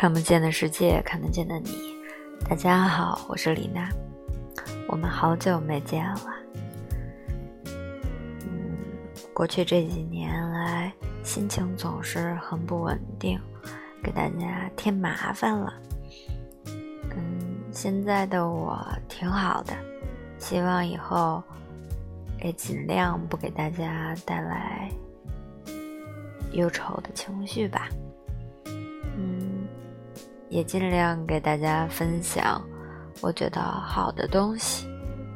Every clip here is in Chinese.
看不见的世界，看得见的你。大家好，我是李娜，我们好久没见了。过去这几年来，心情总是很不稳定，给大家添麻烦了。现在的我挺好的，希望以后也尽量不给大家带来忧愁的情绪吧。也尽量给大家分享我觉得好的东西。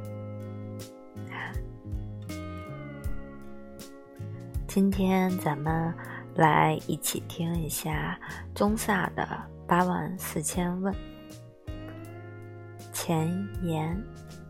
今天咱们来一起听一下宗萨的84000问。前言：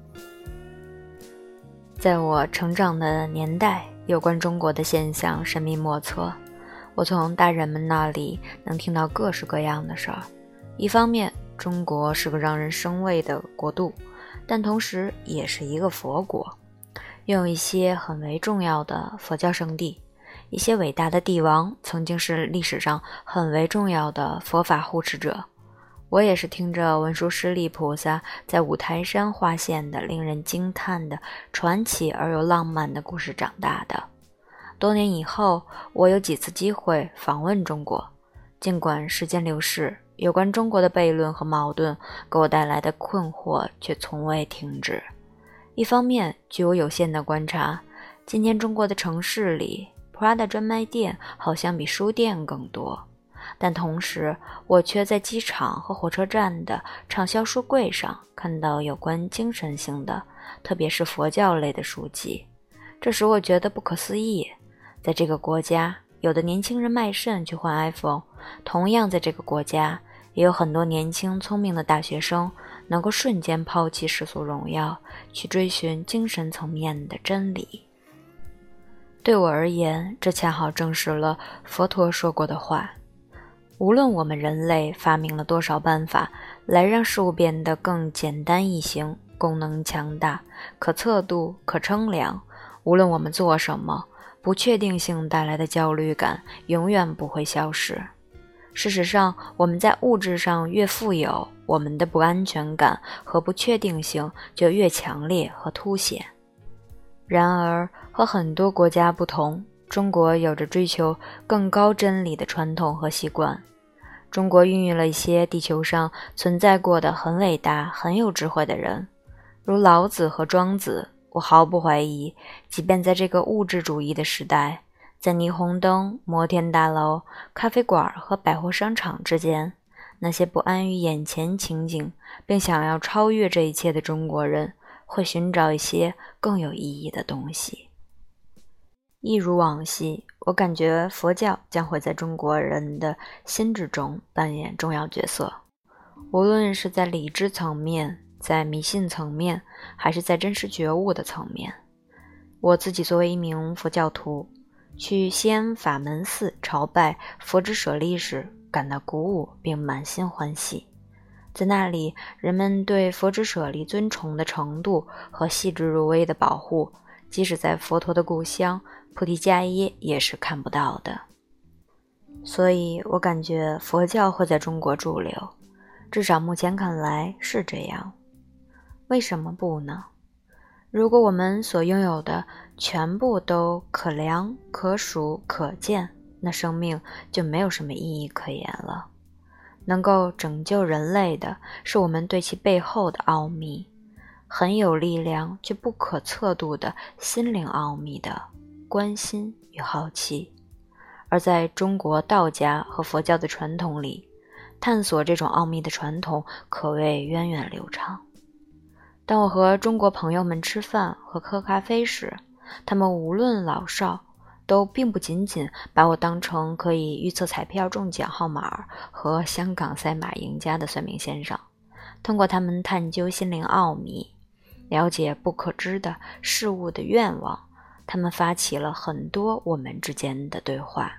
在我成长的年代，有关中国的现象神秘莫测，我从大人们那里能听到各式各样的事儿。一方面，中国是个让人生畏的国度，但同时也是一个佛国，拥有一些很为重要的佛教圣地，一些伟大的帝王曾经是历史上很为重要的佛法护持者。我也是听着文殊师利菩萨在五台山划线的令人惊叹的传奇而又浪漫的故事长大的。多年以后，我有几次机会访问中国，尽管时间流逝，有关中国的悖论和矛盾给我带来的困惑却从未停止。一方面，据我有限的观察，今天中国的城市里 Prada 专卖店好像比书店更多，但同时我却在机场和火车站的畅销书柜上看到有关精神性的，特别是佛教类的书籍。这使我觉得不可思议，在这个国家，有的年轻人卖肾去换 iPhone， 同样在这个国家也有很多年轻聪明的大学生能够瞬间抛弃世俗荣耀，去追寻精神层面的真理。对我而言，这恰好证实了佛陀说过的话：无论我们人类发明了多少办法来让事物变得更简单易行，功能强大，可测度，可称量，无论我们做什么，不确定性带来的焦虑感永远不会消失。事实上，我们在物质上越富有，我们的不安全感和不确定性就越强烈和凸显。然而，和很多国家不同，中国有着追求更高真理的传统和习惯。中国孕育了一些地球上存在过的很伟大、很有智慧的人，如老子和庄子。我毫不怀疑，即便在这个物质主义的时代，在霓虹灯、摩天大楼、咖啡馆和百货商场之间，那些不安于眼前情景并想要超越这一切的中国人，会寻找一些更有意义的东西。一如往昔，我感觉佛教将会在中国人的心智中扮演重要角色，无论是在理智层面，在迷信层面，还是在真实觉悟的层面。我自己作为一名佛教徒，去西安法门寺朝拜佛指舍利时，感到鼓舞并满心欢喜。在那里，人们对佛指舍利尊崇的程度和细致入微的保护，即使在佛陀的故乡菩提伽耶也是看不到的。所以我感觉佛教会在中国驻留，至少目前看来是这样。为什么不呢？如果我们所拥有的全部都可量、可数、可见，那生命就没有什么意义可言了。能够拯救人类的是我们对其背后的奥秘，很有力量却不可测度的心灵奥秘的关心与好奇。而在中国道家和佛教的传统里，探索这种奥秘的传统可谓源远流长。当我和中国朋友们吃饭和喝咖啡时，他们无论老少，都并不仅仅把我当成可以预测彩票中奖号码和香港赛马赢家的算命先生。通过他们探究心灵奥秘，了解不可知的事物的愿望，他们发起了很多我们之间的对话。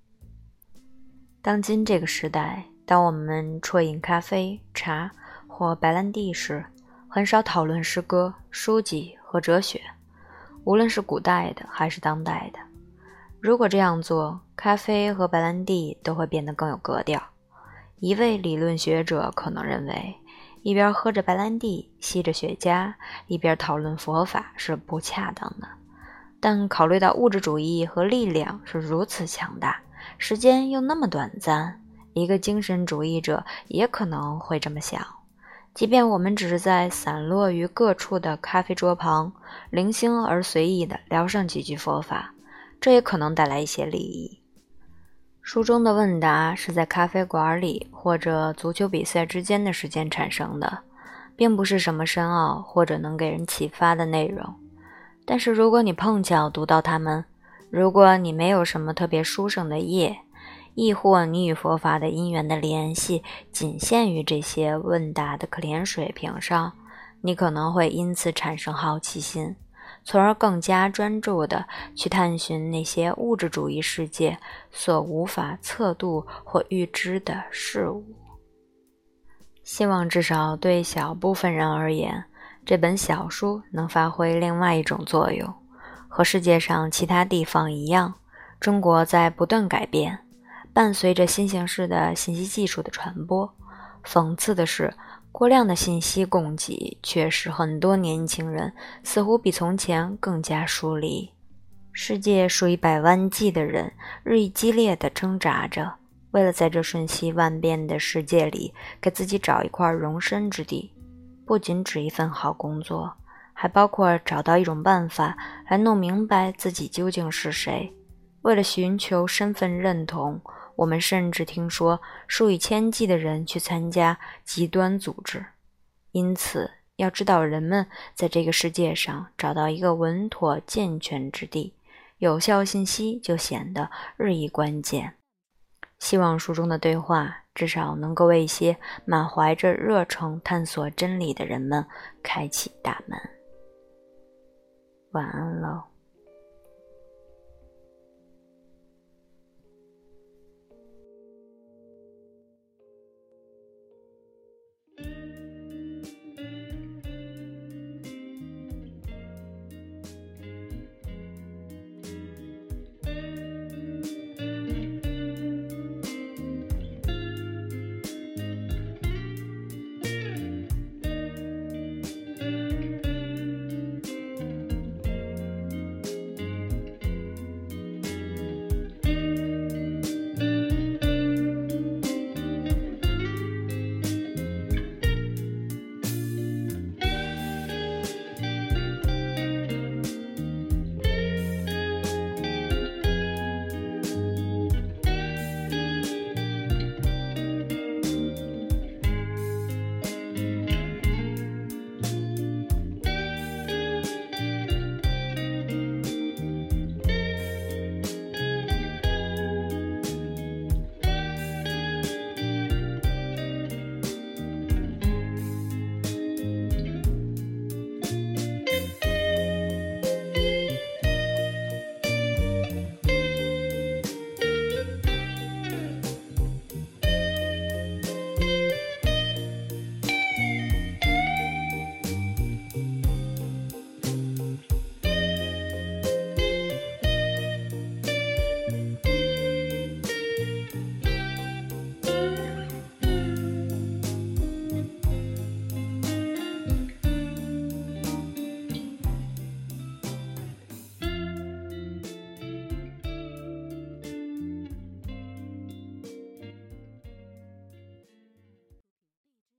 当今这个时代，当我们啜饮咖啡、茶或白兰地时，很少讨论诗歌、书籍和哲学，无论是古代的还是当代的。如果这样做，咖啡和白兰地都会变得更有格调， 一位理论学者可能认为，一边喝着白兰地，吸着雪茄，一边讨论佛法是不恰当的。但考虑到物质主义和力量是如此强大，时间又那么短暂，一个精神主义者也可能会这么想。即便我们只是在散落于各处的咖啡桌旁，零星而随意地聊上几句佛法，这也可能带来一些利益。书中的问答是在咖啡馆里或者足球比赛之间的时间产生的，并不是什么深奥或者能给人启发的内容。但是如果你碰巧读到它们，如果你没有什么特别殊胜的业，亦或你与佛法的因缘的联系仅限于这些问答的可怜水平上，你可能会因此产生好奇心，从而更加专注地去探寻那些物质主义世界所无法测度或预知的事物。希望至少对小部分人而言，这本小书能发挥另外一种作用。和世界上其他地方一样，中国在不断改变，伴随着新形式的信息技术的传播。讽刺的是，过量的信息供给却使很多年轻人似乎比从前更加疏离。世界数以百万计的人日益激烈地挣扎着，为了在这瞬息万变的世界里给自己找一块容身之地，不仅指一份好工作，还包括找到一种办法来弄明白自己究竟是谁。为了寻求身份认同，我们甚至听说数以千计的人去参加极端组织。因此，要指导人们在这个世界上找到一个稳妥健全之地，有效信息就显得日益关键。希望书中的对话至少能够为一些满怀着热诚探索真理的人们开启大门。晚安喽。